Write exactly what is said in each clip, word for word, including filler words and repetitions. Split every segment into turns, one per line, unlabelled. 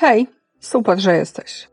Hej, super, że jesteś.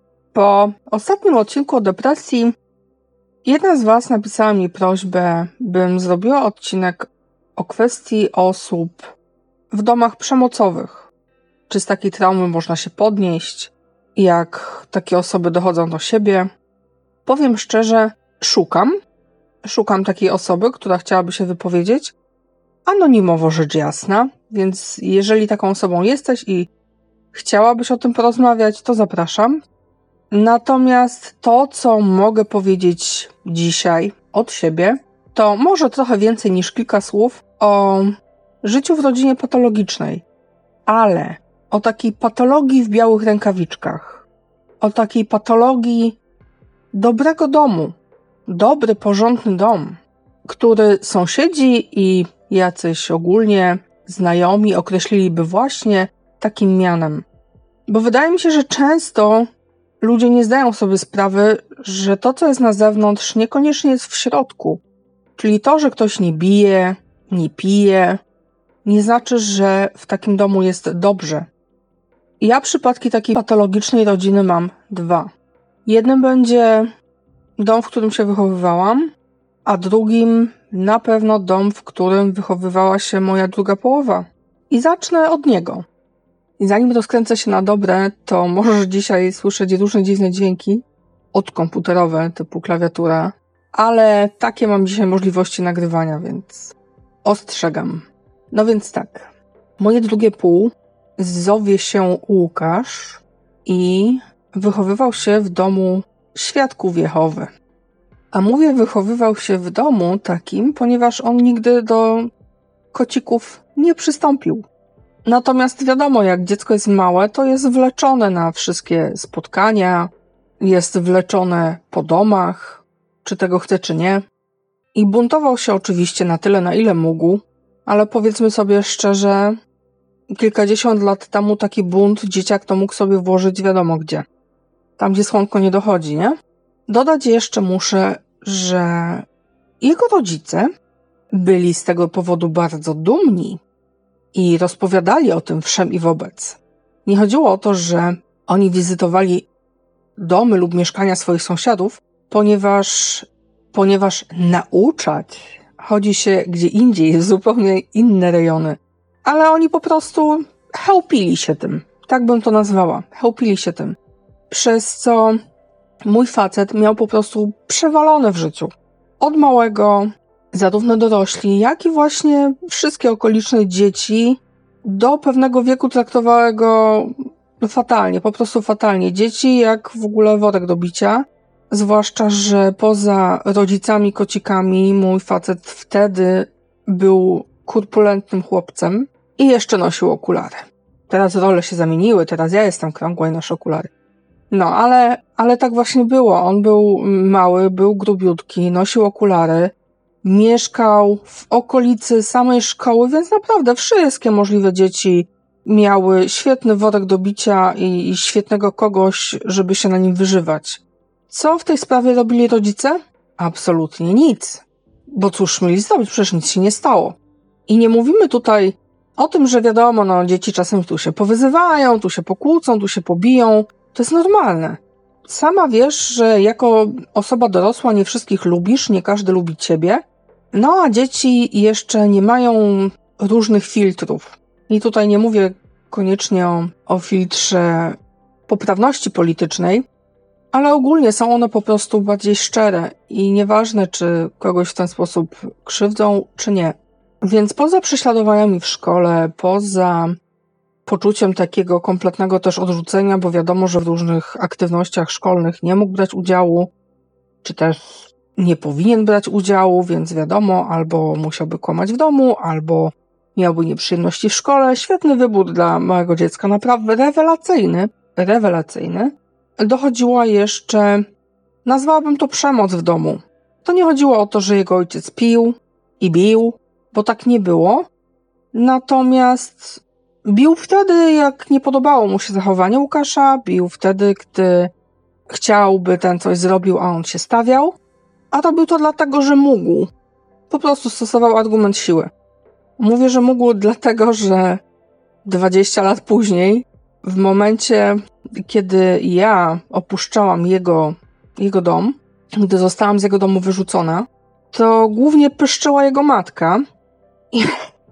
Po ostatnim odcinku o depresji jedna z Was napisała mi prośbę, bym zrobiła odcinek o kwestii osób w domach przemocowych. Czy z takiej traumy można się podnieść? Jak takie osoby dochodzą do siebie? Powiem szczerze, szukam. Szukam takiej osoby, która chciałaby się wypowiedzieć. Anonimowo rzecz jasna, więc jeżeli taką osobą jesteś i chciałabyś o tym porozmawiać, to zapraszam. Natomiast to, co mogę powiedzieć dzisiaj od siebie, to może trochę więcej niż kilka słów o życiu w rodzinie patologicznej, ale o takiej patologii w białych rękawiczkach, o takiej patologii dobrego domu, dobry, porządny dom, który sąsiedzi i jacyś ogólnie znajomi określiliby właśnie takim mianem. Bo wydaje mi się, że często ludzie nie zdają sobie sprawy, że to, co jest na zewnątrz, niekoniecznie jest w środku. Czyli to, że ktoś nie bije, nie pije, nie znaczy, że w takim domu jest dobrze. Ja przypadki takiej patologicznej rodziny mam dwa. Jednym będzie dom, w którym się wychowywałam, a drugim na pewno dom, w którym wychowywała się moja druga połowa. I zacznę od niego. I zanim rozkręcę się na dobre, to możesz dzisiaj słyszeć różne dziwne dźwięki, odkomputerowe typu klawiatura, ale takie mam dzisiaj możliwości nagrywania, więc ostrzegam. No więc tak, moje drugie pół zowie się Łukasz i wychowywał się w domu świadków Jehowy. A mówię wychowywał się w domu takim, ponieważ on nigdy do kocików nie przystąpił. Natomiast wiadomo, jak dziecko jest małe, to jest wleczone na wszystkie spotkania, jest wleczone po domach, czy tego chce, czy nie. I buntował się oczywiście na tyle, na ile mógł, ale powiedzmy sobie szczerze, kilkadziesiąt lat temu taki bunt dzieciak to mógł sobie włożyć wiadomo gdzie. Tam, gdzie słonko nie dochodzi, nie? Dodać jeszcze muszę, że jego rodzice byli z tego powodu bardzo dumni i rozpowiadali o tym wszem i wobec. Nie chodziło o to, że oni wizytowali domy lub mieszkania swoich sąsiadów, ponieważ, ponieważ nauczać chodzi się gdzie indziej, w zupełnie inne rejony. Ale oni po prostu chełpili się tym. Tak bym to nazwała. Chełpili się tym. Przez co mój facet miał po prostu przewalone w życiu. Od małego zarówno dorośli, jak i właśnie wszystkie okoliczne dzieci do pewnego wieku traktowały go fatalnie, po prostu fatalnie. Dzieci jak w ogóle worek do bicia, zwłaszcza, że poza rodzicami kocikami mój facet wtedy był korpulentnym chłopcem i jeszcze nosił okulary. Teraz role się zamieniły, teraz ja jestem krągła i noszę okulary. No, ale, ale tak właśnie było. On był mały, był grubiutki, nosił okulary, mieszkał w okolicy samej szkoły, więc naprawdę wszystkie możliwe dzieci miały świetny worek do bicia i, i świetnego kogoś, żeby się na nim wyżywać. Co w tej sprawie robili rodzice? Absolutnie nic. Bo cóż mieli zrobić? Przecież nic się nie stało. I nie mówimy tutaj o tym, że wiadomo, no dzieci czasem tu się powyzywają, tu się pokłócą, tu się pobiją. To jest normalne. Sama wiesz, że jako osoba dorosła nie wszystkich lubisz, nie każdy lubi ciebie. No a dzieci jeszcze nie mają różnych filtrów. I tutaj nie mówię koniecznie o, o filtrze poprawności politycznej, ale ogólnie są one po prostu bardziej szczere i nieważne, czy kogoś w ten sposób krzywdzą, czy nie. Więc poza prześladowaniami w szkole, poza poczuciem takiego kompletnego też odrzucenia, bo wiadomo, że w różnych aktywnościach szkolnych nie mógł brać udziału, czy też nie powinien brać udziału, więc wiadomo, albo musiałby kłamać w domu, albo miałby nieprzyjemności w szkole. Świetny wybór dla małego dziecka, naprawdę rewelacyjny, rewelacyjny. Dochodziła jeszcze, nazwałabym to przemoc w domu. To nie chodziło o to, że jego ojciec pił i bił, bo tak nie było. Natomiast bił wtedy, jak nie podobało mu się zachowanie Łukasza, bił wtedy, gdy chciałby ten coś zrobił, a on się stawiał, a robił to dlatego, że mógł. Po prostu stosował argument siły. Mówię, że mógł dlatego, że dwadzieścia lat później w momencie, kiedy ja opuszczałam jego, jego dom, gdy zostałam z jego domu wyrzucona, to głównie pyszczała jego matka. I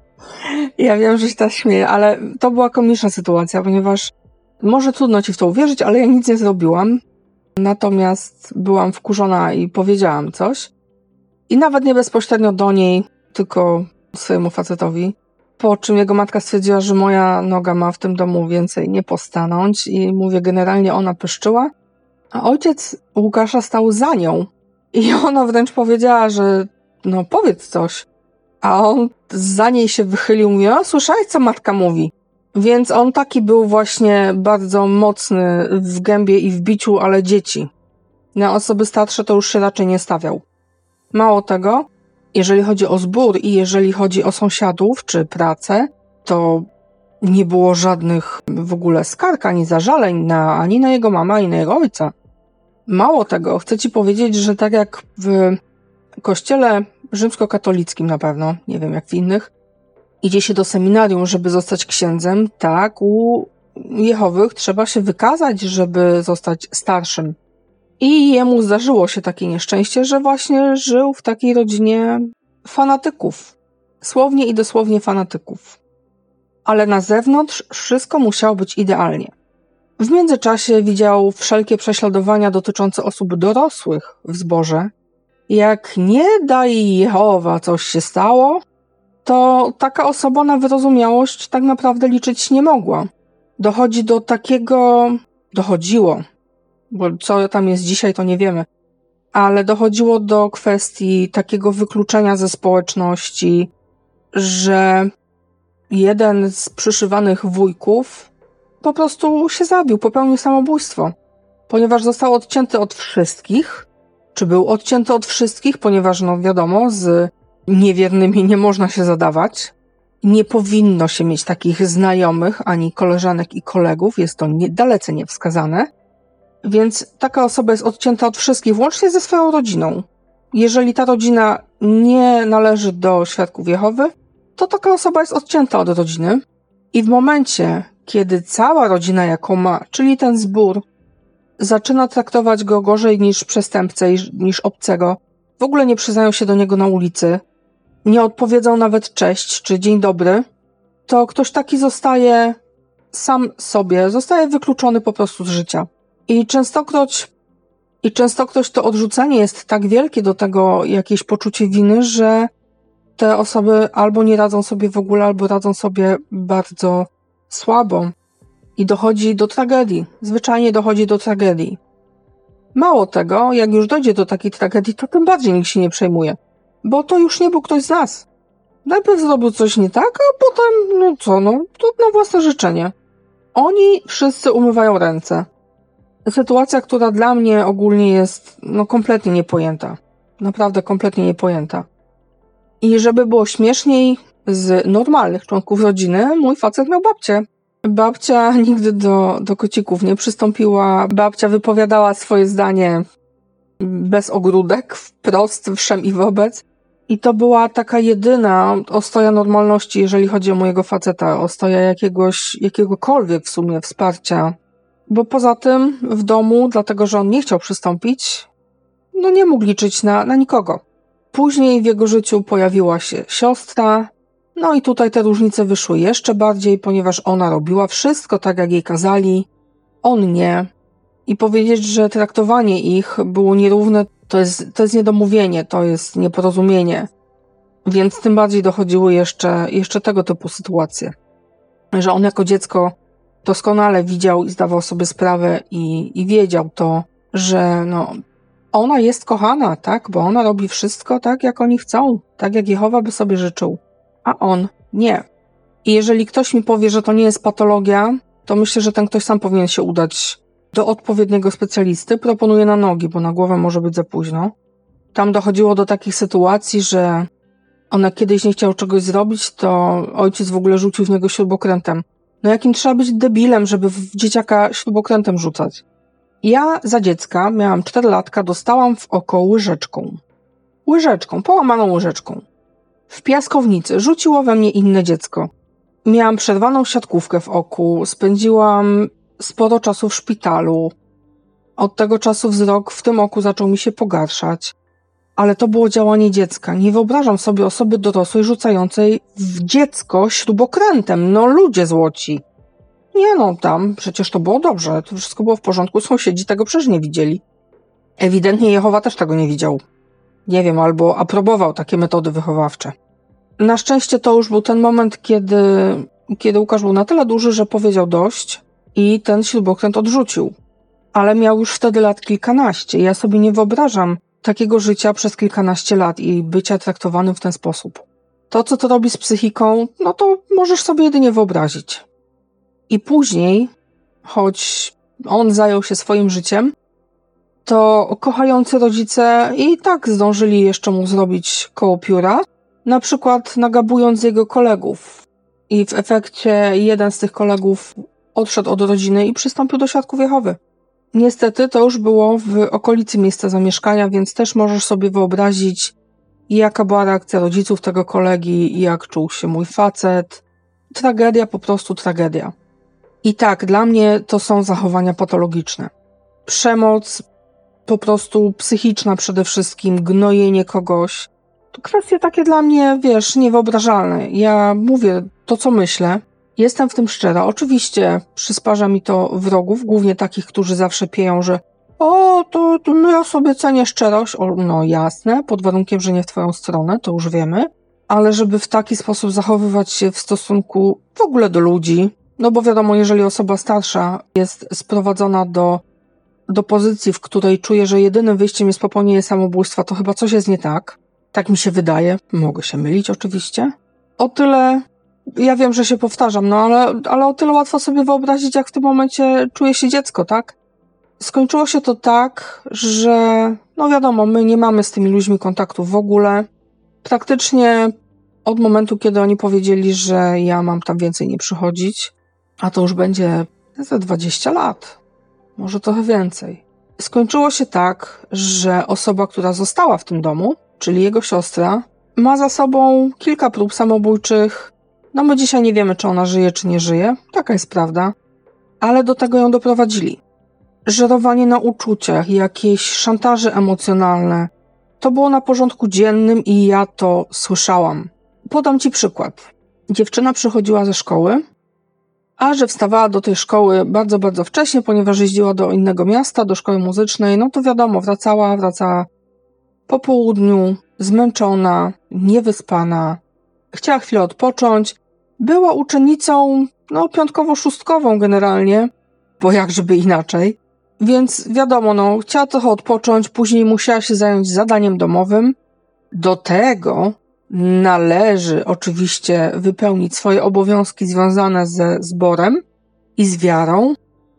ja wiem, że się ta śmieje, ale to była komiczna sytuacja, ponieważ może trudno ci w to uwierzyć, ale ja nic nie zrobiłam. Natomiast byłam wkurzona i powiedziałam coś. I nawet nie bezpośrednio do niej, tylko swojemu facetowi. Po czym jego matka stwierdziła, że moja noga ma w tym domu więcej nie postanąć. I mówię, generalnie ona pyszczyła. A ojciec Łukasza stał za nią. I ona wręcz powiedziała, że no powiedz coś. A on za niej się wychylił i mówi, o słyszałeś co matka mówi. Więc on taki był właśnie bardzo mocny w gębie i w biciu, ale dzieci. Na osoby starsze to już się raczej nie stawiał. Mało tego, jeżeli chodzi o zbór i jeżeli chodzi o sąsiadów czy pracę, to nie było żadnych w ogóle skarg ani zażaleń na, ani na jego mamę, ani na jego ojca. Mało tego, chcę ci powiedzieć, że tak jak w kościele rzymskokatolickim na pewno, nie wiem jak w innych, idzie się do seminarium, żeby zostać księdzem, tak, u Jehowych trzeba się wykazać, żeby zostać starszym. I jemu zdarzyło się takie nieszczęście, że właśnie żył w takiej rodzinie fanatyków. Słownie i dosłownie fanatyków. Ale na zewnątrz wszystko musiało być idealnie. W międzyczasie widział wszelkie prześladowania dotyczące osób dorosłych w zborze. Jak nie daj Jehowa coś się stało, to taka osoba na wyrozumiałość tak naprawdę liczyć nie mogła. Dochodzi do takiego... Dochodziło, bo co tam jest dzisiaj, to nie wiemy, ale dochodziło do kwestii takiego wykluczenia ze społeczności, że jeden z przyszywanych wujków po prostu się zabił, popełnił samobójstwo, ponieważ został odcięty od wszystkich. Czy był odcięty od wszystkich, ponieważ no wiadomo, z niewiernymi nie można się zadawać. Nie powinno się mieć takich znajomych, ani koleżanek i kolegów, jest to nie, dalece niewskazane. Więc taka osoba jest odcięta od wszystkich, włącznie ze swoją rodziną. Jeżeli ta rodzina nie należy do Świadków Jehowy, to taka osoba jest odcięta od rodziny. I w momencie, kiedy cała rodzina jaką ma, czyli ten zbór, zaczyna traktować go gorzej niż przestępcę, niż obcego, w ogóle nie przyznają się do niego na ulicy, nie odpowiedzą nawet cześć czy dzień dobry, to ktoś taki zostaje sam sobie, zostaje wykluczony po prostu z życia. I częstokroć, i częstokroć to odrzucenie jest tak wielkie do tego jakieś poczucie winy, że te osoby albo nie radzą sobie w ogóle, albo radzą sobie bardzo słabo. I dochodzi do tragedii. Zwyczajnie dochodzi do tragedii. Mało tego, jak już dojdzie do takiej tragedii, to tym bardziej nikt się nie przejmuje. Bo to już nie był ktoś z nas. Najpierw zrobił coś nie tak, a potem, no co, no, to na własne życzenie. Oni wszyscy umywają ręce. Sytuacja, która dla mnie ogólnie jest, no, kompletnie niepojęta. Naprawdę kompletnie niepojęta. I żeby było śmieszniej, z normalnych członków rodziny mój facet miał babcię. Babcia nigdy do, do kocików nie przystąpiła. Babcia wypowiadała swoje zdanie bez ogródek, wprost, wszem i wobec. I to była taka jedyna ostoja normalności, jeżeli chodzi o mojego faceta, ostoja jakiegoś, jakiegokolwiek w sumie wsparcia. Bo poza tym w domu, dlatego że on nie chciał przystąpić, no nie mógł liczyć na, na nikogo. Później w jego życiu pojawiła się siostra, no i tutaj te różnice wyszły jeszcze bardziej, ponieważ ona robiła wszystko tak, jak jej kazali, on nie. I powiedzieć, że traktowanie ich było nierówne, to jest, to jest niedomówienie, to jest nieporozumienie. Więc tym bardziej dochodziły jeszcze, jeszcze tego typu sytuacje. Że on jako dziecko doskonale widział i zdawał sobie sprawę i, i wiedział to, że no, ona jest kochana, tak? Bo ona robi wszystko tak, jak oni chcą, tak jak Jehowa by sobie życzył. A on nie. I jeżeli ktoś mi powie, że to nie jest patologia, to myślę, że ten ktoś sam powinien się udać do odpowiedniego specjalisty. Proponuję na nogi, bo na głowę może być za późno. Tam dochodziło do takich sytuacji, że ona kiedyś nie chciał czegoś zrobić, to ojciec w ogóle rzucił w niego śrubokrętem. No jakim trzeba być debilem, żeby w dzieciaka śrubokrętem rzucać? Ja za dziecka, miałam cztery latka, dostałam w oko łyżeczką. Łyżeczką, połamaną łyżeczką. W piaskownicy rzuciło we mnie inne dziecko. Miałam przerwaną siatkówkę w oku, spędziłam sporo czasu w szpitalu. Od tego czasu wzrok w tym oku zaczął mi się pogarszać. Ale to było działanie dziecka. Nie wyobrażam sobie osoby dorosłej rzucającej w dziecko śrubokrętem. No ludzie złoci. Nie no, tam przecież to było dobrze. To wszystko było w porządku. Sąsiedzi tego przecież nie widzieli. Ewidentnie Jehowa też tego nie widział. Nie wiem, albo aprobował takie metody wychowawcze. Na szczęście to już był ten moment, kiedy, kiedy Łukasz był na tyle duży, że powiedział dość i ten śrubokręt odrzucił. Ale miał już wtedy lat kilkanaście. Ja sobie nie wyobrażam takiego życia przez kilkanaście lat i bycia traktowanym w ten sposób. To, co to robi z psychiką, no to możesz sobie jedynie wyobrazić. I później, choć on zajął się swoim życiem, to kochający rodzice i tak zdążyli jeszcze mu zrobić koło pióra, na przykład nagabując jego kolegów. I w efekcie jeden z tych kolegów odszedł od rodziny i przystąpił do Świadków Jehowy. Niestety to już było w okolicy miejsca zamieszkania, więc też możesz sobie wyobrazić, jaka była reakcja rodziców tego kolegi, jak czuł się mój facet. Tragedia, po prostu tragedia. I tak, dla mnie to są zachowania patologiczne. Przemoc, po prostu psychiczna przede wszystkim, gnojenie kogoś. To kwestie takie dla mnie, wiesz, niewyobrażalne. Ja mówię to, co myślę. Jestem w tym szczera. Oczywiście przysparza mi to wrogów, głównie takich, którzy zawsze pieją, że o, to, to no ja sobie cenię szczerość. O, no jasne, pod warunkiem, że nie w twoją stronę, to już wiemy. Ale żeby w taki sposób zachowywać się w stosunku w ogóle do ludzi, no bo wiadomo, jeżeli osoba starsza jest sprowadzona do, do pozycji, w której czuje, że jedynym wyjściem jest popełnienie samobójstwa, to chyba coś jest nie tak. Tak mi się wydaje. Mogę się mylić oczywiście. O tyle... Ja wiem, że się powtarzam, no ale, ale o tyle łatwo sobie wyobrazić, jak w tym momencie czuje się dziecko, tak? Skończyło się to tak, że no wiadomo, my nie mamy z tymi ludźmi kontaktu w ogóle. Praktycznie od momentu, kiedy oni powiedzieli, że ja mam tam więcej nie przychodzić, a to już będzie za dwadzieścia lat, może trochę więcej. Skończyło się tak, że osoba, która została w tym domu, czyli jego siostra, ma za sobą kilka prób samobójczych. No my dzisiaj nie wiemy, czy ona żyje, czy nie żyje. Taka jest prawda. Ale do tego ją doprowadzili. Żerowanie na uczuciach, jakieś szantaże emocjonalne. To było na porządku dziennym i ja to słyszałam. Podam ci przykład. Dziewczyna przychodziła ze szkoły, a że wstawała do tej szkoły bardzo, bardzo wcześnie, ponieważ jeździła do innego miasta, do szkoły muzycznej, no to wiadomo, wracała, wracała po południu, zmęczona, niewyspana. Chciała chwilę odpocząć. Była uczennicą, no, piątkowo-szóstkową generalnie, bo jak żeby inaczej. Więc wiadomo, no, chciała trochę odpocząć, później musiała się zająć zadaniem domowym. Do tego należy oczywiście wypełnić swoje obowiązki związane ze zborem i z wiarą,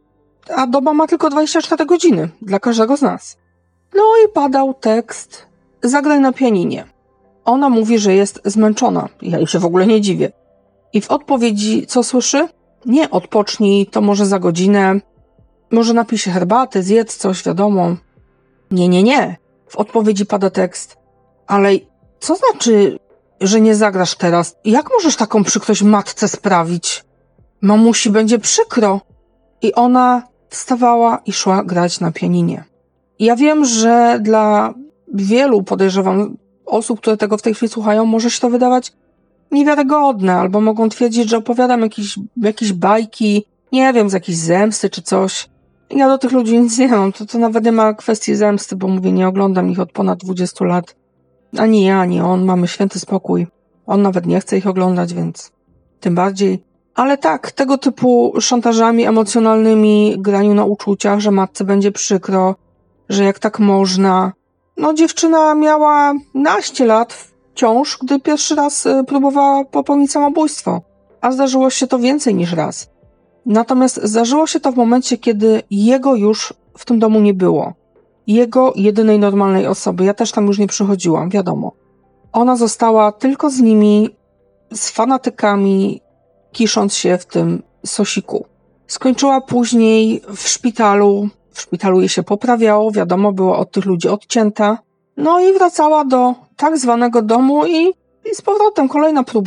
a doba ma tylko dwadzieścia cztery godziny dla każdego z nas. No i padał tekst "Zagraj na pianinie". Ona mówi, że jest zmęczona. Ja jej się w ogóle nie dziwię. I w odpowiedzi co słyszy? Nie, odpocznij, to może za godzinę. Może napij się herbaty, zjedz coś, wiadomo. Nie, nie, nie. W odpowiedzi pada tekst. Ale co znaczy, że nie zagrasz teraz? Jak możesz taką przykrość matce sprawić? Mamusi będzie przykro. I ona wstawała i szła grać na pianinie. Ja wiem, że dla wielu, podejrzewam, osób, które tego w tej chwili słuchają, może się to wydawać niewiarygodne, albo mogą twierdzić, że opowiadam jakieś, jakieś bajki, nie wiem, z jakiejś zemsty czy coś. Ja do tych ludzi nic nie mam, to, to nawet nie ma kwestii zemsty, bo mówię, nie oglądam ich od ponad dwudziestu lat. Ani ja, ani on, mamy święty spokój. On nawet nie chce ich oglądać, więc tym bardziej. Ale tak, tego typu szantażami emocjonalnymi, graniu na uczuciach, że matce będzie przykro, że jak tak można. No dziewczyna miała naście lat wciąż, gdy pierwszy raz próbowała popełnić samobójstwo. A zdarzyło się to więcej niż raz. Natomiast zdarzyło się to w momencie, kiedy jego już w tym domu nie było. Jego jedynej normalnej osoby. Ja też tam już nie przychodziłam, wiadomo. Ona została tylko z nimi, z fanatykami, kisząc się w tym sosiku. Skończyła później w szpitalu. W szpitalu jej się poprawiało, wiadomo, była od tych ludzi odcięta. No i wracała do tak zwanego domu i, i z powrotem kolejna próba.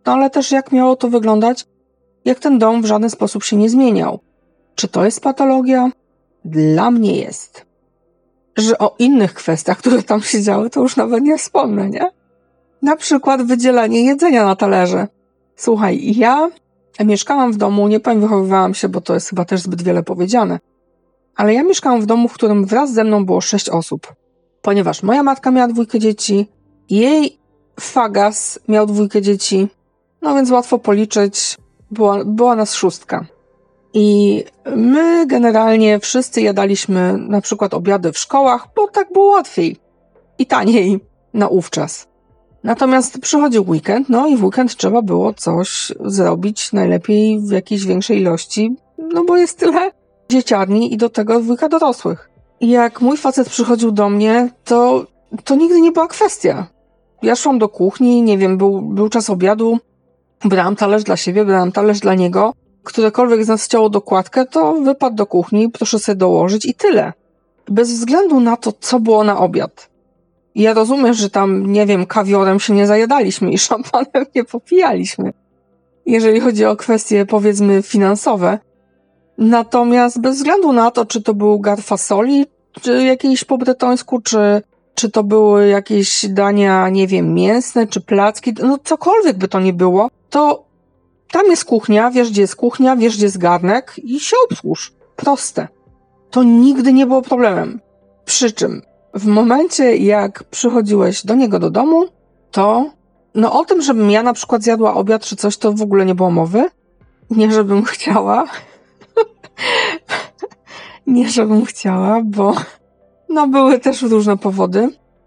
No ale też jak miało to wyglądać, jak ten dom w żaden sposób się nie zmieniał. Czy to jest patologia? Dla mnie jest. Że o innych kwestiach, które tam się działy, to już nawet nie wspomnę, nie? Na przykład wydzielanie jedzenia na talerze. Słuchaj, ja mieszkałam w domu, nie powiem wychowywałam się, bo to jest chyba też zbyt wiele powiedziane, ale ja mieszkałam w domu, w którym wraz ze mną było sześć osób. Ponieważ moja matka miała dwójkę dzieci, jej fagas miał dwójkę dzieci, no więc łatwo policzyć, była, była nas szóstka. I my generalnie wszyscy jadaliśmy na przykład obiady w szkołach, bo tak było łatwiej i taniej naówczas. Natomiast przychodził weekend, no i w weekend trzeba było coś zrobić, najlepiej w jakiejś większej ilości, no bo jest tyle dzieciarni i do tego dwójka dorosłych. I jak mój facet przychodził do mnie, to, to nigdy nie była kwestia. Ja szłam do kuchni, nie wiem, był, był czas obiadu, brałam talerz dla siebie, brałam talerz dla niego, którekolwiek z nas chciało dokładkę, to wypadł do kuchni, proszę sobie dołożyć i tyle. Bez względu na to, co było na obiad. Ja rozumiem, że tam, nie wiem, kawiorem się nie zajadaliśmy i szampanem nie popijaliśmy, jeżeli chodzi o kwestie, powiedzmy, finansowe. Natomiast bez względu na to, czy to był gar fasoli, czy jakiejś po bretońsku, czy, czy to były jakieś dania, nie wiem, mięsne, czy placki, no cokolwiek by to nie było, to tam jest kuchnia, wiesz gdzie jest kuchnia, wiesz gdzie jest garnek i się obsłuż. Proste. To nigdy nie było problemem. Przy czym w momencie, jak przychodziłeś do niego do domu, to no o tym, żebym ja na przykład zjadła obiad czy coś, to w ogóle nie było mowy. Nie, żebym chciała. Nie, żebym chciała, bo no były też różne powody,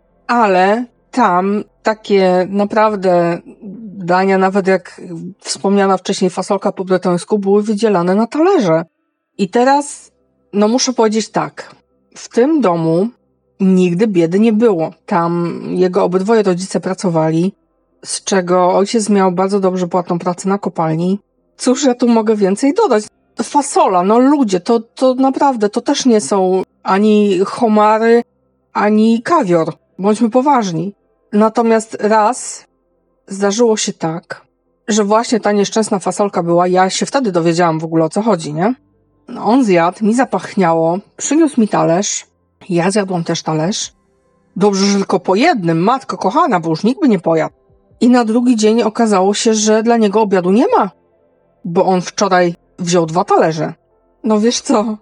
ale tam takie naprawdę dania, nawet jak wspomniana wcześniej fasolka po bretońsku, były wydzielane na talerze. I teraz, no muszę powiedzieć tak, w tym domu nigdy biedy nie było. Tam jego obydwoje rodzice pracowali, z czego ojciec miał bardzo dobrze płatną pracę na kopalni. Cóż ja tu mogę więcej dodać? Fasola, no ludzie, to, to naprawdę, to też nie są ani homary, ani kawior. Bądźmy poważni. Natomiast raz zdarzyło się tak, że właśnie ta nieszczęsna fasolka była, ja się wtedy dowiedziałam w ogóle o co chodzi, nie? No on zjadł, mi zapachniało, przyniósł mi talerz, ja zjadłam też talerz. Dobrze, że tylko po jednym, matko kochana, bo już nikt by nie pojadł. I na drugi dzień okazało się, że dla niego obiadu nie ma, bo on wczoraj wziął dwa talerze. No wiesz co,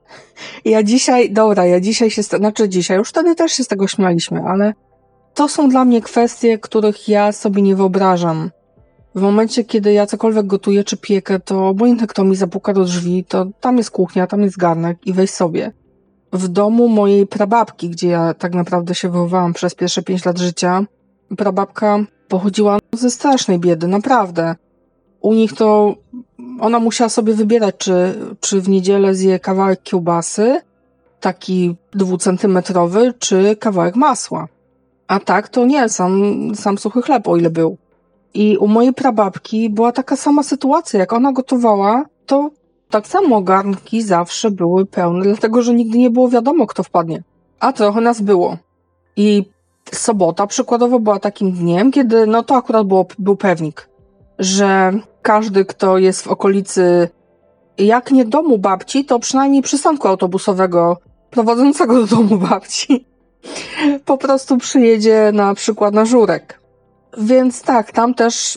ja dzisiaj, dobra, ja dzisiaj się, znaczy dzisiaj, już wtedy też się z tego śmialiśmy, ale to są dla mnie kwestie, których ja sobie nie wyobrażam. W momencie, kiedy ja cokolwiek gotuję czy piekę, to obojętnie kto mi zapuka do drzwi, to tam jest kuchnia, tam jest garnek i weź sobie. W domu mojej prababki, gdzie ja tak naprawdę się wychowałam przez pierwsze pięć lat życia, prababka pochodziła ze strasznej biedy, naprawdę. U nich to ona musiała sobie wybierać, czy, czy w niedzielę zje kawałek kiełbasy, taki dwucentymetrowy, czy kawałek masła. A tak to nie, sam, sam suchy chleb, o ile był. I u mojej prababki była taka sama sytuacja, jak ona gotowała, to tak samo garnki zawsze były pełne, dlatego że nigdy nie było wiadomo, kto wpadnie. A trochę nas było. I sobota przykładowo była takim dniem, kiedy, no to akurat było, był pewnik, że każdy, kto jest w okolicy, jak nie domu babci, to przynajmniej przystanku autobusowego prowadzącego do domu babci, po prostu przyjedzie na przykład na żurek. Więc tak, tam też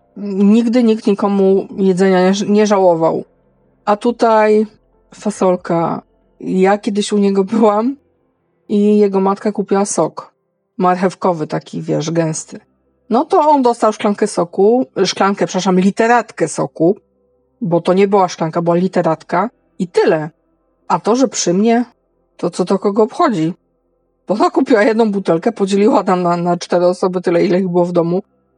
nigdy nikt nikomu jedzenia nie, nie żałował. A tutaj fasolka. Ja kiedyś u niego byłam i jego matka kupiła sok marchewkowy, taki, wiesz, gęsty. No to on dostał szklankę soku, szklankę, przepraszam, literatkę soku, bo to nie była szklanka, była literatka i tyle. A to, że przy mnie, to co to kogo obchodzi? Bo ona kupiła jedną butelkę, podzieliła tam na, na cztery osoby, tyle ile ich było w domu.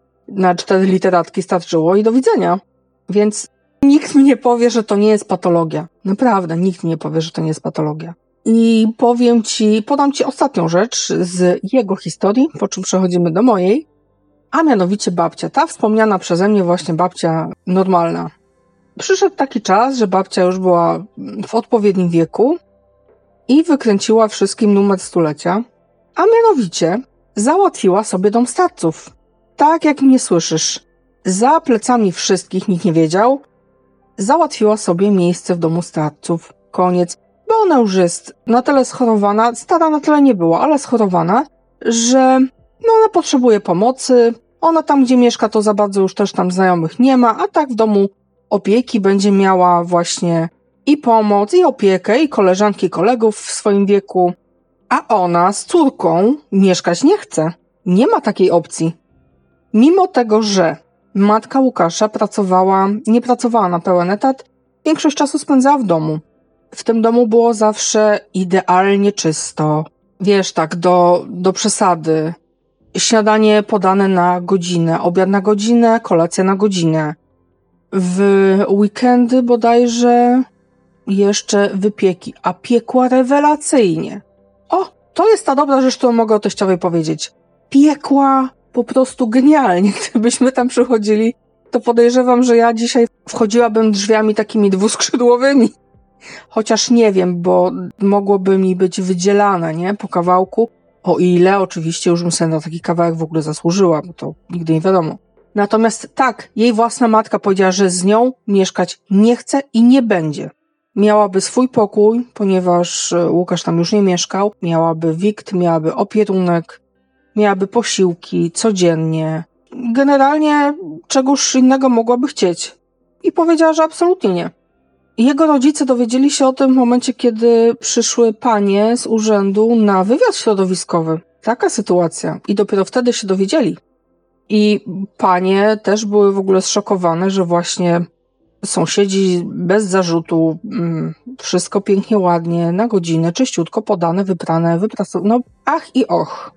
Na cztery literatki starczyło i do widzenia. Więc nikt mi nie powie, że to nie jest patologia. Naprawdę, nikt mi nie powie, że to nie jest patologia. I powiem ci, podam ci ostatnią rzecz z jego historii, po czym przechodzimy do mojej, a mianowicie babcia. Ta wspomniana przeze mnie właśnie babcia normalna. Przyszedł taki czas, że babcia już była w odpowiednim wieku i wykręciła wszystkim numer stulecia, a mianowicie załatwiła sobie dom starców. Tak jak mnie słyszysz. za plecami wszystkich, nikt nie wiedział, załatwiła sobie miejsce w domu starców. Koniec. Bo ona już jest na tyle schorowana, stara na tyle nie była, ale schorowana, że no ona potrzebuje pomocy. Ona tam, gdzie mieszka, to za bardzo już też tam znajomych nie ma, a tak w domu opieki będzie miała właśnie i pomoc, i opiekę, i koleżanki, kolegów w swoim wieku. A ona z córką mieszkać nie chce. Nie ma takiej opcji. Mimo tego, że matka Łukasza pracowała, nie pracowała na pełen etat, większość czasu spędzała w domu. W tym domu było zawsze idealnie czysto. Wiesz, tak, do, do przesady. Śniadanie podane na godzinę, obiad na godzinę, kolacja na godzinę. W weekendy bodajże jeszcze wypieki, a piekła rewelacyjnie. O, to jest ta dobra rzecz, którą mogę o teściowej powiedzieć. Piekła po prostu genialnie. Gdybyśmy tam przychodzili, to podejrzewam, że ja dzisiaj wchodziłabym drzwiami takimi dwuskrzydłowymi. Chociaż nie wiem, bo mogłoby mi być wydzielane, nie? Po kawałku. O ile oczywiście już bym sobie na taki kawałek w ogóle zasłużyła, bo to nigdy nie wiadomo. Natomiast tak, jej własna matka powiedziała, że z nią mieszkać nie chce i nie będzie. Miałaby swój pokój, ponieważ Łukasz tam już nie mieszkał. Miałaby wikt, miałaby opierunek, miałaby posiłki codziennie. Generalnie czegoś innego mogłaby chcieć. I powiedziała, że absolutnie nie. Jego rodzice dowiedzieli się o tym w momencie, kiedy przyszły panie z urzędu na wywiad środowiskowy. Taka sytuacja. I dopiero wtedy się dowiedzieli. I panie też były w ogóle zszokowane, że właśnie sąsiedzi bez zarzutu, wszystko pięknie, ładnie, na godzinę, czyściutko podane, wyprane, wyprasowane. No ach i och.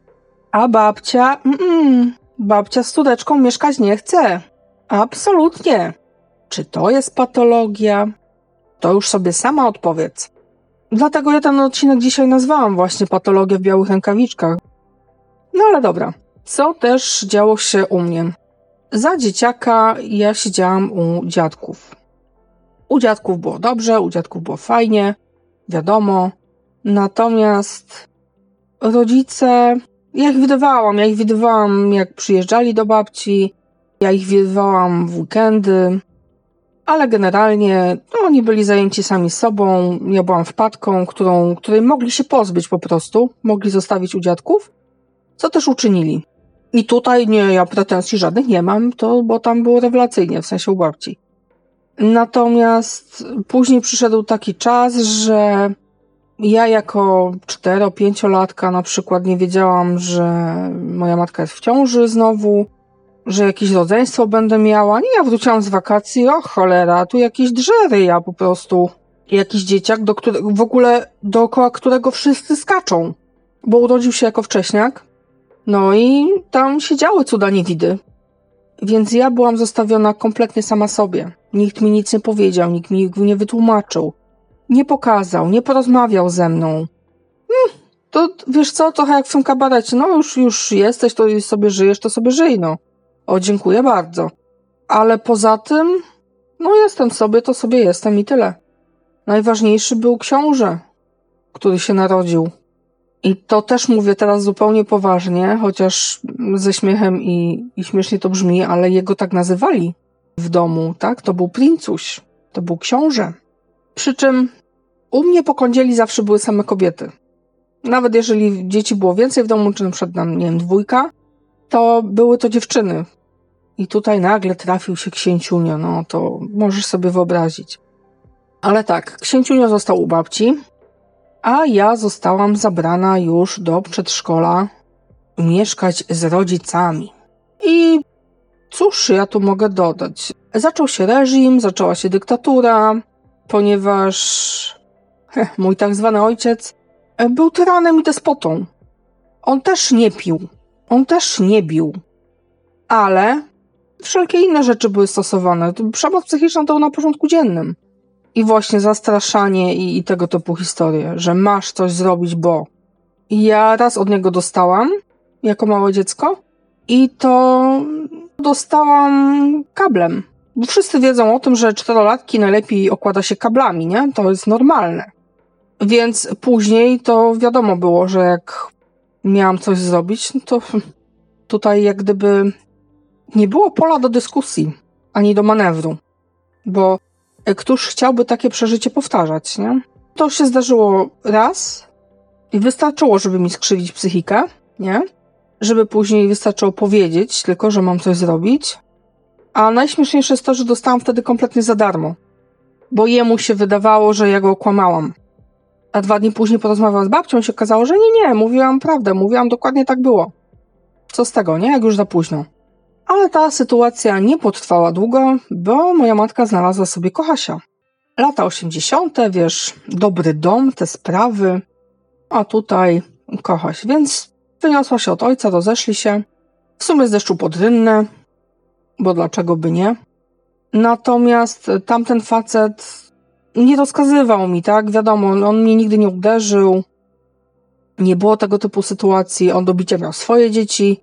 A babcia, mm, babcia z córeczką mieszkać nie chce. Absolutnie. Czy to jest patologia? To już sobie sama odpowiedz. Dlatego ja ten odcinek dzisiaj nazwałam właśnie patologia w białych rękawiczkach. No ale dobra. Co też działo się u mnie? Za dzieciaka ja siedziałam u dziadków. U dziadków było dobrze, u dziadków było fajnie, wiadomo. Natomiast rodzice, ja ich widywałam, ja ich widywałam jak przyjeżdżali do babci, ja ich widywałam w weekendy, ale generalnie no, oni byli zajęci sami sobą, ja byłam wpadką, którą, której mogli się pozbyć po prostu, mogli zostawić u dziadków, co też uczynili. I tutaj nie, ja pretensji żadnych nie mam, to, bo tam było rewelacyjnie, w sensie u babci. Natomiast później przyszedł taki czas, że ja jako cztero-pięciolatka na przykład nie wiedziałam, że moja matka jest w ciąży znowu, że jakieś rodzeństwo będę miała. Nie, ja wróciłam z wakacji, o cholera, tu jakieś drzewy ja po prostu. Jakiś dzieciak, do którego, w ogóle dookoła którego wszyscy skaczą, bo urodził się jako wcześniak. No i tam się działy cuda niewidy. Więc ja byłam zostawiona kompletnie sama sobie. Nikt mi nic nie powiedział, nikt mi nie wytłumaczył. Nie pokazał, nie porozmawiał ze mną. Hmm, to wiesz co, trochę jak w tym kabarecie. No już, już jesteś, to sobie żyjesz, to sobie żyj, no. O, dziękuję bardzo. Ale poza tym, no jestem sobie, to sobie jestem i tyle. Najważniejszy był książę, który się narodził. I to też mówię teraz zupełnie poważnie, chociaż ze śmiechem i, i śmiesznie to brzmi, ale jego tak nazywali w domu, tak? To był princuś, to był książę. Przy czym u mnie po kądzieli zawsze były same kobiety. Nawet jeżeli dzieci było więcej w domu, czy na przykład, nie wiem, dwójka, to były to dziewczyny. I tutaj nagle trafił się księciunio, no to możesz sobie wyobrazić. Ale tak, księciunio został u babci, a ja zostałam zabrana już do przedszkola mieszkać z rodzicami. I cóż ja tu mogę dodać? Zaczął się reżim, zaczęła się dyktatura, ponieważ heh, mój tak zwany ojciec był tyranem i despotą. On też nie pił, on też nie bił, ale wszelkie inne rzeczy były stosowane. Przemoc psychiczna to na porządku dziennym. I właśnie zastraszanie i, i tego typu historie, że masz coś zrobić, bo... Ja raz od niego dostałam, jako małe dziecko, i to dostałam kablem. Bo wszyscy wiedzą o tym, że czterolatki najlepiej okłada się kablami, nie? To jest normalne. Więc później to wiadomo było, że jak miałam coś zrobić, to tutaj jak gdyby nie było pola do dyskusji, ani do manewru, bo któż chciałby takie przeżycie powtarzać, nie? To się zdarzyło raz i wystarczyło, żeby mi skrzywić psychikę, nie? Żeby później wystarczyło powiedzieć tylko, że mam coś zrobić. A najśmieszniejsze jest to, że dostałam wtedy kompletnie za darmo, bo jemu się wydawało, że ja go okłamałam. A dwa dni później porozmawiałam z babcią i się okazało, że nie, nie, mówiłam prawdę, mówiłam dokładnie tak było. Co z tego, nie? Jak już za późno. Ale ta sytuacja nie potrwała długo, bo moja matka znalazła sobie kochasia. Lata osiemdziesiąte, wiesz, dobry dom, te sprawy, a tutaj kochaś. Więc wyniosła się od ojca, rozeszli się. W sumie z deszczu pod rynnę, bo dlaczego by nie. Natomiast tamten facet nie rozkazywał mi, tak? Wiadomo, on mnie nigdy nie uderzył. Nie było tego typu sytuacji. On do bicia miał swoje dzieci.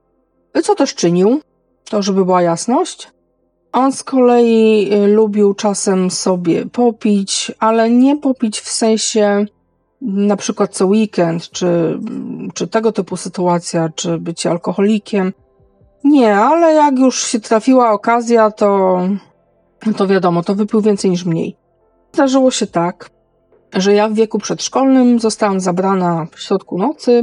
Co też czynił, to żeby była jasność. On z kolei lubił czasem sobie popić, ale nie popić w sensie na przykład co weekend, czy, czy tego typu sytuacja, czy bycie alkoholikiem. Nie, ale jak już się trafiła okazja, to, to wiadomo, to wypił więcej niż mniej. Zdarzyło się tak, że ja w wieku przedszkolnym zostałam zabrana w środku nocy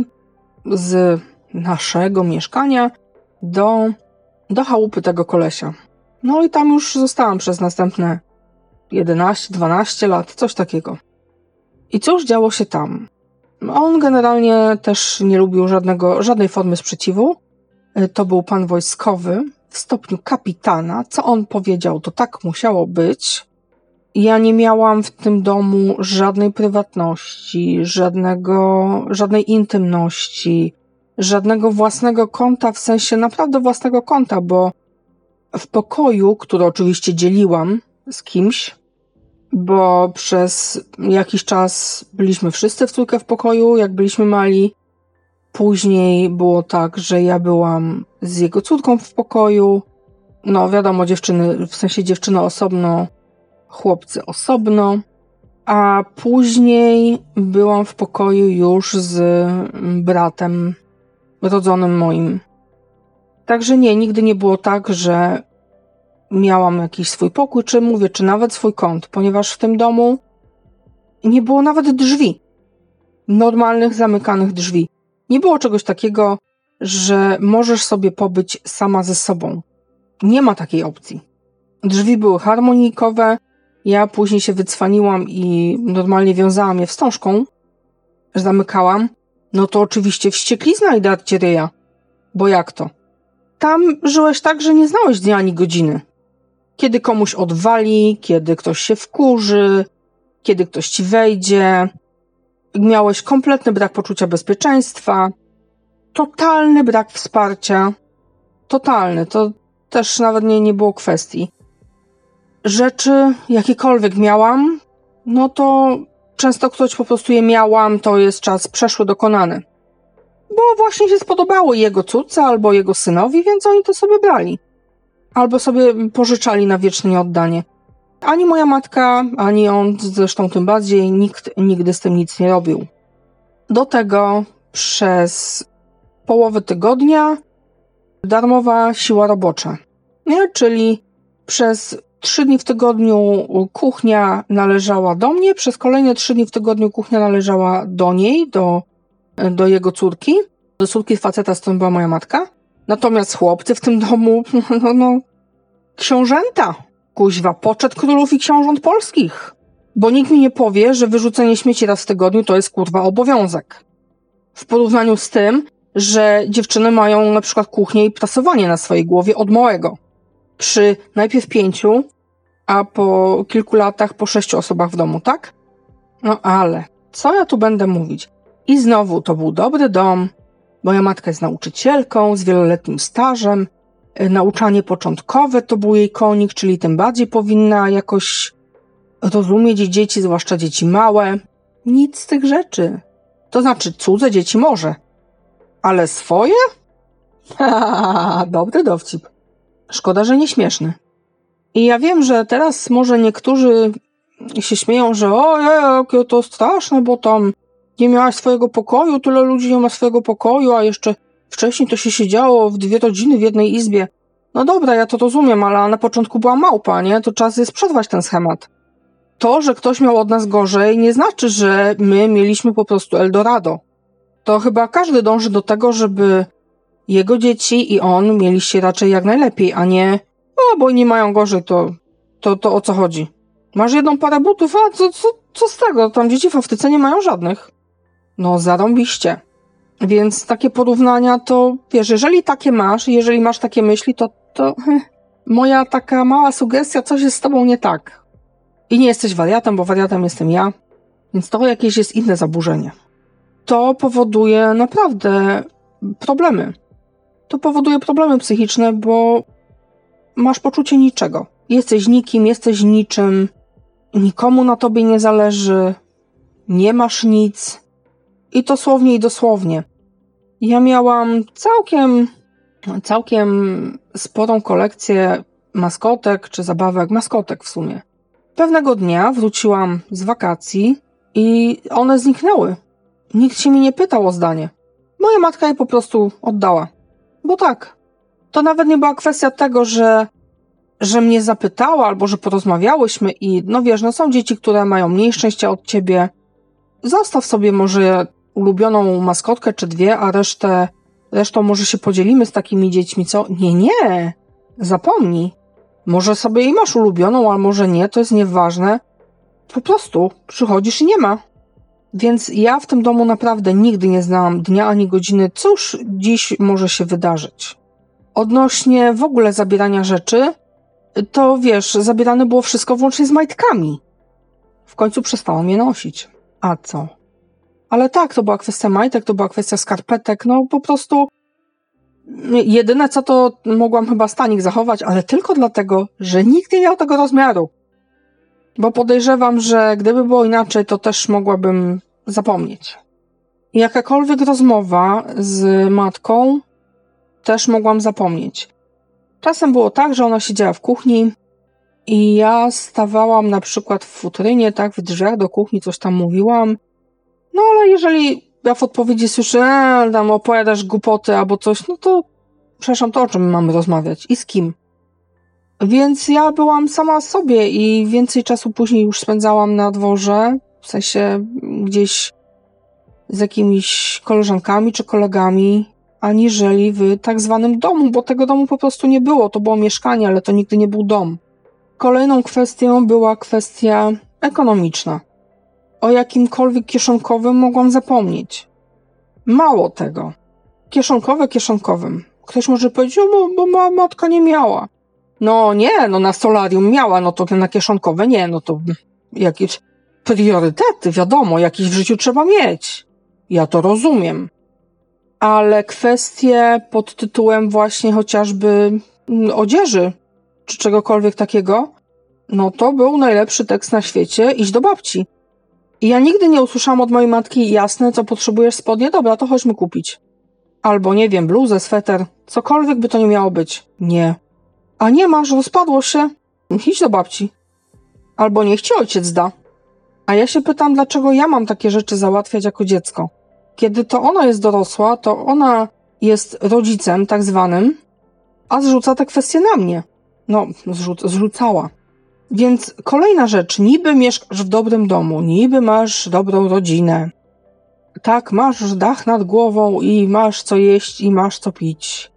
z naszego mieszkania do, do chałupy tego kolesia. No i tam już zostałam przez następne jedenaście dwanaście lat, coś takiego. I cóż działo się tam? On generalnie też nie lubił żadnego, żadnej formy sprzeciwu. To był pan wojskowy w stopniu kapitana. Co on powiedział, to tak musiało być. Ja nie miałam w tym domu żadnej prywatności, żadnego, żadnej intymności, żadnego własnego kąta, w sensie naprawdę własnego kąta, bo w pokoju, który oczywiście dzieliłam z kimś, bo przez jakiś czas byliśmy wszyscy w trójkę w pokoju, jak byliśmy mali. Później było tak, że ja byłam z jego córką w pokoju. No wiadomo, dziewczyny, w sensie dziewczyny osobno, chłopcy osobno. A później byłam w pokoju już z bratem rodzonym moim. Także nie, nigdy nie było tak, że miałam jakiś swój pokój, czy mówię, czy nawet swój kąt, ponieważ w tym domu nie było nawet drzwi. Normalnych, zamykanych drzwi. Nie było czegoś takiego, że możesz sobie pobyć sama ze sobą. Nie ma takiej opcji. Drzwi były harmonijkowe, ja później się wycwaniłam i normalnie wiązałam je wstążką, zamykałam, no to oczywiście wścieklizna i darcie ryja. Bo jak to? Tam żyłeś tak, że nie znałeś dnia ani godziny. Kiedy komuś odwali, kiedy ktoś się wkurzy, kiedy ktoś ci wejdzie. Miałeś kompletny brak poczucia bezpieczeństwa, totalny brak wsparcia. Totalny, to też nawet nie, nie było kwestii. Rzeczy jakiekolwiek miałam, no to często ktoś po prostu je miałam, to jest czas przeszły, dokonany. Bo właśnie się spodobało jego córce albo jego synowi, więc oni to sobie brali. Albo sobie pożyczali na wieczne nieoddanie. Ani moja matka, ani on, zresztą tym bardziej, nikt nigdy z tym nic nie robił. Do tego przez połowę tygodnia darmowa siła robocza. Nie? Czyli przez trzy dni w tygodniu kuchnia należała do mnie, przez kolejne trzy dni w tygodniu kuchnia należała do niej, do, do jego córki, do córki faceta, z którym była moja matka. Natomiast chłopcy w tym domu, no, no, książęta. Kuźwa, poczet królów i książąt polskich. Bo nikt mi nie powie, że wyrzucenie śmieci raz w tygodniu to jest kurwa obowiązek. W porównaniu z tym, że dziewczyny mają na przykład kuchnię i prasowanie na swojej głowie od małego. Przy najpierw pięciu, a po kilku latach po sześciu osobach w domu, tak? No ale, co ja tu będę mówić? I znowu, to był dobry dom. Moja matka jest nauczycielką z wieloletnim stażem. Nauczanie początkowe to był jej konik, czyli tym bardziej powinna jakoś rozumieć dzieci, zwłaszcza dzieci małe. Nic z tych rzeczy. To znaczy cudze dzieci może. Ale swoje? Haha, dobry dowcip. Szkoda, że nieśmieszny. I ja wiem, że teraz może niektórzy się śmieją, że ojej, jakie to straszne, bo tam nie miałaś swojego pokoju, tyle ludzi nie ma swojego pokoju, a jeszcze wcześniej to się siedziało w dwie rodziny w jednej izbie. No dobra, ja to rozumiem, ale na początku była małpa, nie? To czas jest przerwać ten schemat. To, że ktoś miał od nas gorzej, nie znaczy, że my mieliśmy po prostu Eldorado. To chyba każdy dąży do tego, żeby jego dzieci i on mieli się raczej jak najlepiej, a nie o, bo inni mają gorzej, to, to, to o co chodzi? Masz jedną parę butów, a co, co, co z tego? Tam dzieci w Afryce nie mają żadnych. No zarąbiście. Więc takie porównania to, wiesz, jeżeli takie masz, jeżeli masz takie myśli, to, to moja taka mała sugestia, coś jest z tobą nie tak. I nie jesteś wariatem, bo wariatem jestem ja, więc to jakieś jest inne zaburzenie. To powoduje naprawdę problemy. To powoduje problemy psychiczne, bo masz poczucie niczego. Jesteś nikim, jesteś niczym, nikomu na tobie nie zależy, nie masz nic. I to słownie i dosłownie. Ja miałam całkiem, całkiem sporą kolekcję maskotek, czy zabawek, maskotek w sumie. Pewnego dnia wróciłam z wakacji i one zniknęły. Nikt się mi nie pytał o zdanie. Moja matka je po prostu oddała. Bo tak. To nawet nie była kwestia tego, że, że mnie zapytała albo że porozmawiałyśmy i no wiesz, no są dzieci, które mają mniej szczęścia od ciebie. Zostaw sobie może ulubioną maskotkę czy dwie, a resztę, resztą może się podzielimy z takimi dziećmi, co? Nie, nie. Zapomnij. Może sobie i masz ulubioną, a może nie, to jest nieważne. Po prostu przychodzisz i nie ma. Więc ja w tym domu naprawdę nigdy nie znałam dnia ani godziny, cóż dziś może się wydarzyć. Odnośnie w ogóle zabierania rzeczy, to wiesz, zabierane było wszystko włącznie z majtkami. W końcu przestałam je nosić. A co? Ale tak, to była kwestia majtek, to była kwestia skarpetek, no po prostu jedyne co to mogłam chyba stanik zachować, ale tylko dlatego, że nikt nie miał tego rozmiaru. Bo podejrzewam, że gdyby było inaczej, to też mogłabym zapomnieć. Jakakolwiek rozmowa z matką też mogłam zapomnieć. Czasem było tak, że ona siedziała w kuchni i ja stawałam na przykład w futrynie, tak, w drzwiach do kuchni, coś tam mówiłam. No ale jeżeli ja w odpowiedzi słyszę, e, tam opowiadasz głupoty albo coś, no to przepraszam, to o czym mamy rozmawiać i z kim? Więc ja byłam sama sobie i więcej czasu później już spędzałam na dworze, w sensie gdzieś z jakimiś koleżankami czy kolegami, aniżeli w tak zwanym domu, bo tego domu po prostu nie było. To było mieszkanie, ale to nigdy nie był dom. Kolejną kwestią była kwestia ekonomiczna. O jakimkolwiek kieszonkowym mogłam zapomnieć. Mało tego. Kieszonkowe kieszonkowym. Ktoś może powiedzieć, o, bo, bo ma, matka nie miała. No nie, no na solarium miała, no to na kieszonkowe nie, no to jakieś priorytety, wiadomo, jakieś w życiu trzeba mieć. Ja to rozumiem. Ale kwestie pod tytułem właśnie chociażby odzieży, czy czegokolwiek takiego, no to był najlepszy tekst na świecie, iść do babci. I ja nigdy nie usłyszałam od mojej matki, jasne, co potrzebujesz spodnie, dobra, to chodźmy kupić. Albo, nie wiem, bluzę, sweter, cokolwiek by to nie miało być. Nie. A nie masz, rozpadło się, idź do babci. Albo niech ci ojciec da. A ja się pytam, dlaczego ja mam takie rzeczy załatwiać jako dziecko. Kiedy to ona jest dorosła, to ona jest rodzicem tak zwanym, a zrzuca te kwestie na mnie. No, zrzuc- zrzucała. Więc kolejna rzecz, niby mieszkasz w dobrym domu, niby masz dobrą rodzinę. Tak, masz dach nad głową i masz co jeść i masz co pić.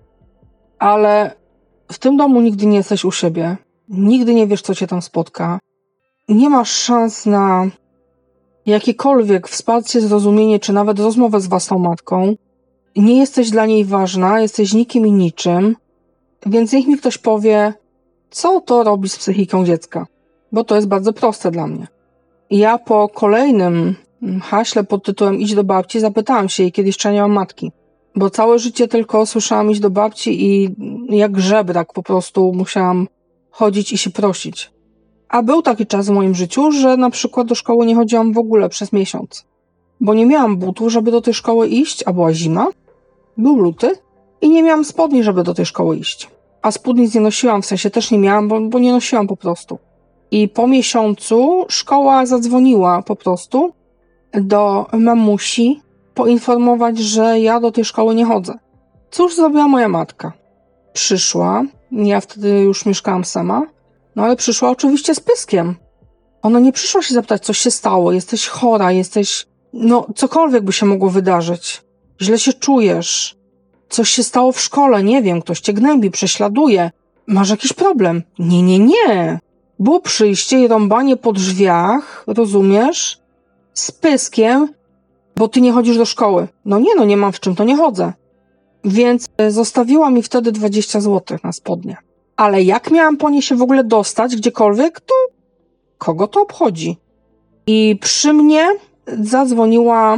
Ale w tym domu nigdy nie jesteś u siebie. Nigdy nie wiesz, co cię tam spotka. Nie masz szans na jakiekolwiek wsparcie, zrozumienie, czy nawet rozmowę z własną matką. Nie jesteś dla niej ważna, jesteś nikim i niczym. Więc niech mi ktoś powie, co to robi z psychiką dziecka. Bo to jest bardzo proste dla mnie. Ja po kolejnym haśle pod tytułem idź do babci zapytałam się jej, kiedy jeszcze nie mam matki. Bo całe życie tylko słyszałam iść do babci i jak żebrak po prostu musiałam chodzić i się prosić. A był taki czas w moim życiu, że na przykład do szkoły nie chodziłam w ogóle przez miesiąc. Bo nie miałam butów, żeby do tej szkoły iść, a była zima, był luty i nie miałam spodni, żeby do tej szkoły iść. A spódnic nie nosiłam, w sensie też nie miałam, bo, bo nie nosiłam po prostu. I po miesiącu szkoła zadzwoniła po prostu do mamusi poinformować, że ja do tej szkoły nie chodzę. Cóż zrobiła moja matka? Przyszła, Ja wtedy już mieszkałam sama. No ale przyszła oczywiście z pyskiem. Ona nie przyszła się zapytać, co się stało. Jesteś chora, jesteś... No, cokolwiek by się mogło wydarzyć. Źle się czujesz. Coś się stało w szkole, nie wiem, ktoś cię gnębi, prześladuje. Masz jakiś problem? Nie, nie, nie. Było przyjście i rąbanie po drzwiach, rozumiesz? Z pyskiem, bo ty nie chodzisz do szkoły. No nie, no nie mam w czym, to nie chodzę. Więc zostawiła mi wtedy dwadzieścia złotych na spodnie. Ale jak miałam po nie się w ogóle dostać gdziekolwiek, to kogo to obchodzi? I przy mnie zadzwoniła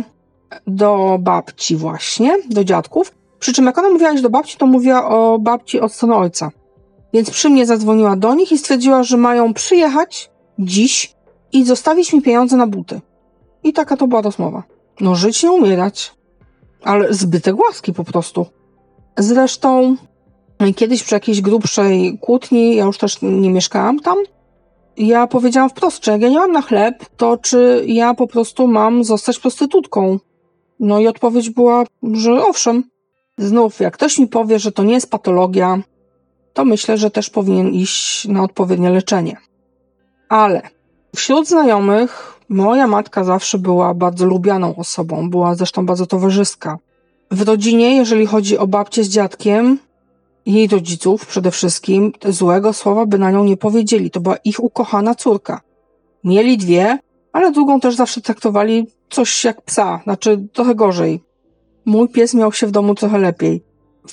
do babci właśnie, do dziadków. Przy czym jak ona mówiła iść do babci, to mówiła o babci od strony ojca. Więc przy mnie zadzwoniła do nich i stwierdziła, że mają przyjechać dziś i zostawić mi pieniądze na buty. I taka to była rozmowa. No żyć, nie umierać. Ale zbytek łaski po prostu. Zresztą kiedyś przy jakiejś grubszej kłótni, ja już też nie mieszkałam tam, ja powiedziałam wprost, że jak ja nie mam na chleb, to czy ja po prostu mam zostać prostytutką? No i odpowiedź była, że owszem. Znów, jak ktoś mi powie, że to nie jest patologia, to myślę, że też powinien iść na odpowiednie leczenie. Ale wśród znajomych moja matka zawsze była bardzo lubianą osobą, była zresztą bardzo towarzyska. W rodzinie, jeżeli chodzi o babcię z dziadkiem, jej rodziców przede wszystkim, złego słowa by na nią nie powiedzieli. To była ich ukochana córka. Mieli dwie, ale drugą też zawsze traktowali coś jak psa, znaczy trochę gorzej. Mój pies miał się w domu trochę lepiej.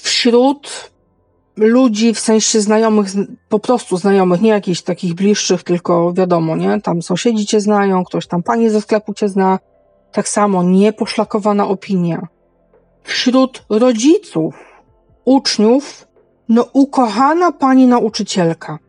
Wśród ludzi, w sensie znajomych, po prostu znajomych, nie jakichś takich bliższych, tylko wiadomo, nie? Tam sąsiedzi cię znają, ktoś tam pani ze sklepu cię zna. Tak samo nieposzlakowana opinia. Wśród rodziców, uczniów, no ukochana pani nauczycielka.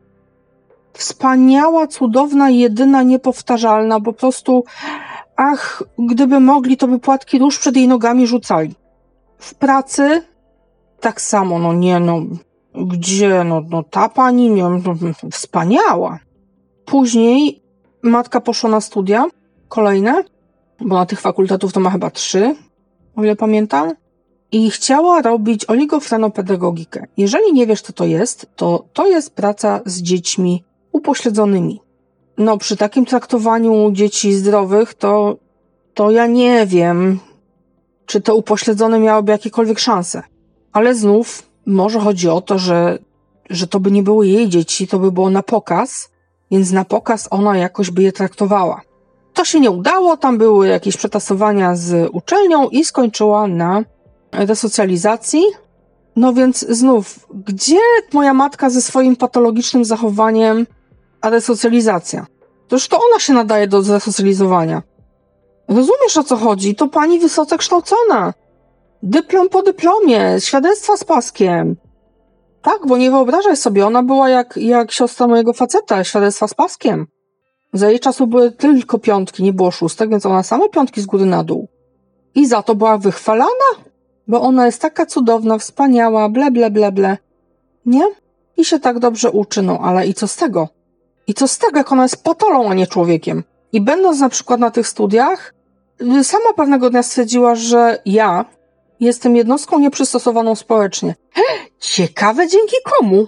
Wspaniała, cudowna, jedyna, niepowtarzalna, po prostu, ach, gdyby mogli, to by płatki róż przed jej nogami rzucali. W pracy tak samo, no nie, no, gdzie, no, no ta pani, nie, no, wspaniała. Później matka poszła na studia, kolejne, bo na tych fakultetów to ma chyba trzy, o ile pamiętam, i chciała robić oligofrenopedagogikę. Jeżeli nie wiesz, co to jest, to to jest praca z dziećmi upośledzonymi. No, przy takim traktowaniu dzieci zdrowych, to, to ja nie wiem, czy te upośledzone miałyby jakiekolwiek szanse. Ale znów może chodzi o to, że, że to by nie były jej dzieci, to by było na pokaz, więc na pokaz ona jakoś by je traktowała. To się nie udało, tam były jakieś przetasowania z uczelnią i skończyła na resocjalizacji. No więc znów, gdzie moja matka ze swoim patologicznym zachowaniem, a resocjalizacja? Toż to ona się nadaje do zresocjalizowania. Rozumiesz, o co chodzi? To pani wysoce kształcona. Dyplom po dyplomie, świadectwa z paskiem. Tak, bo nie wyobrażaj sobie, ona była jak, jak siostra mojego faceta, świadectwa z paskiem. Za jej czasu były tylko piątki, nie było szóstek, więc ona same piątki z góry na dół. I za to była wychwalana, bo ona jest taka cudowna, wspaniała, ble, ble, ble, ble. Nie? I się tak dobrze uczy, no ale i co z tego? I co z tego, jak ona jest patolą, a nie człowiekiem? I będąc na przykład na tych studiach, sama pewnego dnia stwierdziła, że ja jestem jednostką nieprzystosowaną społecznie. Ciekawe dzięki komu?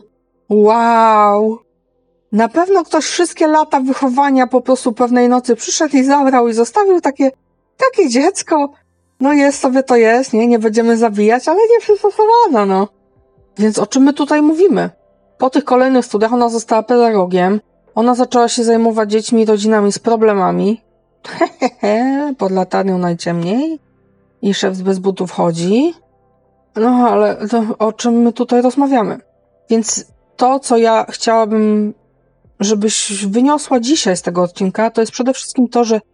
Wow! Na pewno ktoś wszystkie lata wychowania po prostu pewnej nocy przyszedł i zabrał i zostawił takie, takie dziecko. No jest sobie to jest, nie? Nie będziemy zabijać, ale nieprzystosowana, no. Więc o czym my tutaj mówimy? Po tych kolejnych studiach ona została pedagogiem. Ona zaczęła się zajmować dziećmi i rodzinami z problemami. Hehehe, pod latarnią najciemniej. I szef bez butów chodzi. No ale to, o czym my tutaj rozmawiamy? Więc to, co ja chciałabym, żebyś wyniosła dzisiaj z tego odcinka, to jest przede wszystkim to, że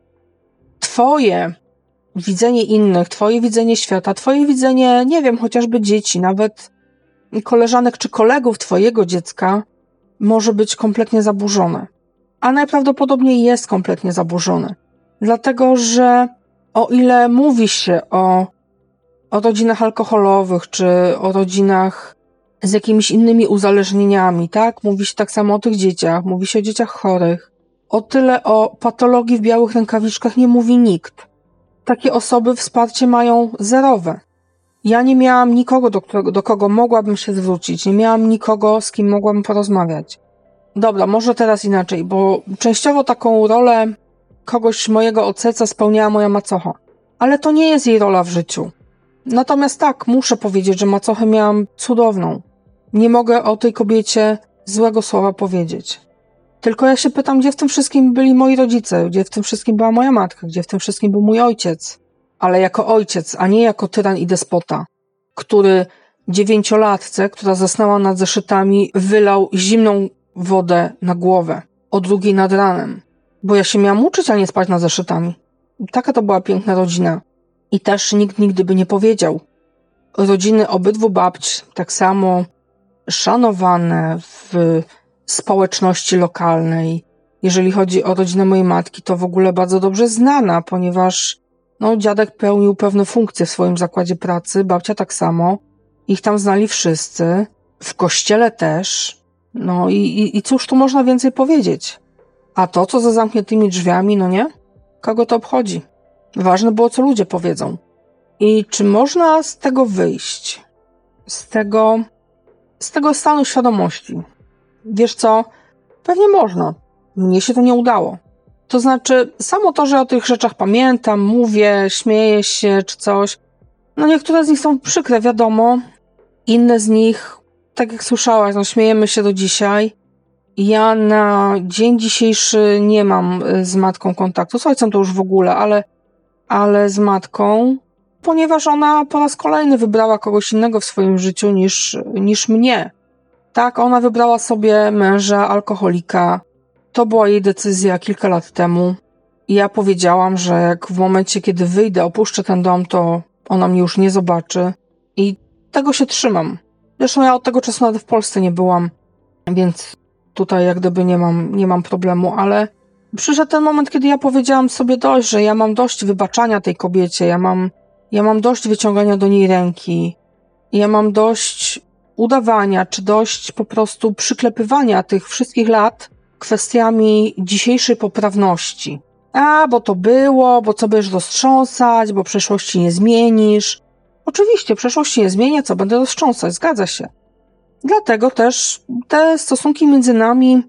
twoje widzenie innych, twoje widzenie świata, twoje widzenie, nie wiem, chociażby dzieci, nawet koleżanek czy kolegów twojego dziecka może być kompletnie zaburzone. A najprawdopodobniej jest kompletnie zaburzone. Dlatego, że o ile mówi się o, o rodzinach alkoholowych, czy o rodzinach z jakimiś innymi uzależnieniami, tak? Mówi się tak samo o tych dzieciach, mówi się o dzieciach chorych. O tyle o patologii w białych rękawiczkach nie mówi nikt. Takie osoby wsparcie mają zerowe. Ja nie miałam nikogo, do, którego, do kogo mogłabym się zwrócić. Nie miałam nikogo, z kim mogłabym porozmawiać. Dobra, może teraz inaczej, bo częściowo taką rolę kogoś mojego oceca spełniała moja macocha. Ale to nie jest jej rola w życiu. Natomiast tak, muszę powiedzieć, że macochę miałam cudowną. Nie mogę o tej kobiecie złego słowa powiedzieć. Tylko ja się pytam, gdzie w tym wszystkim byli moi rodzice, gdzie w tym wszystkim była moja matka, gdzie w tym wszystkim był mój ojciec. Ale jako ojciec, a nie jako tyran i despota, który dziewięciolatce, która zasnęła nad zeszytami, wylał zimną wodę na głowę o drugiej nad ranem. Bo ja się miałam uczyć, a nie spać nad zeszytami. Taka to była piękna rodzina. I też nikt nigdy by nie powiedział. Rodziny obydwu babć tak samo szanowane w społeczności lokalnej. Jeżeli chodzi o rodzinę mojej matki, to w ogóle bardzo dobrze znana, ponieważ no, dziadek pełnił pewne funkcje w swoim zakładzie pracy, babcia tak samo. Ich tam znali wszyscy. W kościele też. No i, i, i cóż tu można więcej powiedzieć? A to, co za zamkniętymi drzwiami, no nie? Kogo to obchodzi? Ważne było, co ludzie powiedzą. I czy można z tego wyjść? Z tego, z tego stanu świadomości? Wiesz co? Pewnie można. Mnie się to nie udało. To znaczy, samo to, że o tych rzeczach pamiętam, mówię, śmieję się czy coś, no niektóre z nich są przykre, wiadomo. Inne z nich, tak jak słyszałaś, no śmiejemy się do dzisiaj. Ja na dzień dzisiejszy nie mam z matką kontaktu. Z ojcem to już w ogóle, ale, ale z matką, ponieważ ona po raz kolejny wybrała kogoś innego w swoim życiu niż, niż mnie. Tak, ona wybrała sobie męża alkoholika. To była jej decyzja kilka lat temu. I ja powiedziałam, że jak w momencie, kiedy wyjdę, opuszczę ten dom, to ona mnie już nie zobaczy. I tego się trzymam. Zresztą ja od tego czasu nawet w Polsce nie byłam, więc tutaj jak gdyby nie mam, nie mam problemu, ale przyszedł ten moment, kiedy ja powiedziałam sobie dość, że ja mam dość wybaczania tej kobiecie, ja mam, ja mam dość wyciągania do niej ręki, ja mam dość udawania, czy dość po prostu przyklepywania tych wszystkich lat kwestiami dzisiejszej poprawności. A, bo to było, bo co będziesz roztrząsać, bo przeszłości nie zmienisz. Oczywiście, przeszłości nie zmienię, co będę roztrząsać, zgadza się. Dlatego też te stosunki między nami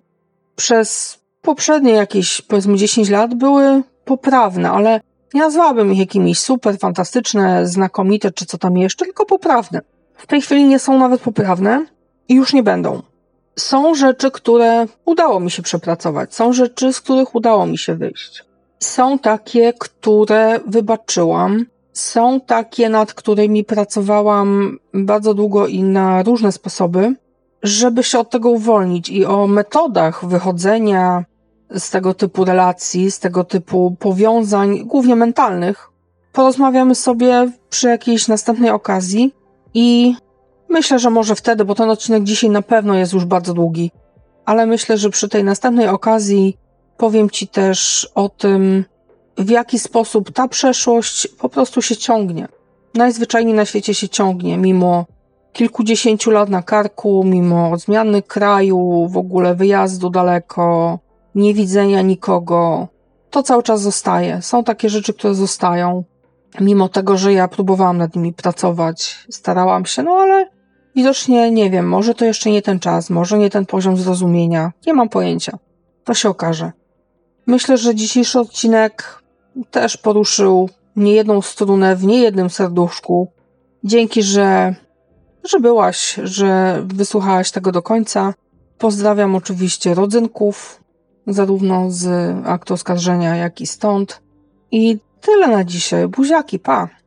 przez poprzednie jakieś, powiedzmy, dziesięć lat były poprawne, ale nie nazwałabym ich jakimiś super, fantastyczne, znakomite, czy co tam jeszcze, tylko poprawne. W tej chwili nie są nawet poprawne i już nie będą. Są rzeczy, które udało mi się przepracować, są rzeczy, z których udało mi się wyjść. Są takie, które wybaczyłam, są takie, nad którymi pracowałam bardzo długo i na różne sposoby, żeby się od tego uwolnić. I o metodach wychodzenia z tego typu relacji, z tego typu powiązań, głównie mentalnych, porozmawiamy sobie przy jakiejś następnej okazji i myślę, że może wtedy, bo ten odcinek dzisiaj na pewno jest już bardzo długi, ale myślę, że przy tej następnej okazji powiem Ci też o tym, w jaki sposób ta przeszłość po prostu się ciągnie. Najzwyczajniej na świecie się ciągnie, mimo kilkudziesięciu lat na karku, mimo zmiany kraju, w ogóle wyjazdu daleko, niewidzenia nikogo. To cały czas zostaje. Są takie rzeczy, które zostają. Mimo tego, że ja próbowałam nad nimi pracować, starałam się, no ale widocznie, nie wiem, może to jeszcze nie ten czas, może nie ten poziom zrozumienia. Nie mam pojęcia. To się okaże. Myślę, że dzisiejszy odcinek też poruszył niejedną strunę w niejednym serduszku. Dzięki, że, że byłaś, że wysłuchałaś tego do końca. Pozdrawiam oczywiście rodzynków, zarówno z aktu oskarżenia, jak i stąd. I tyle na dzisiaj. Buziaki, pa!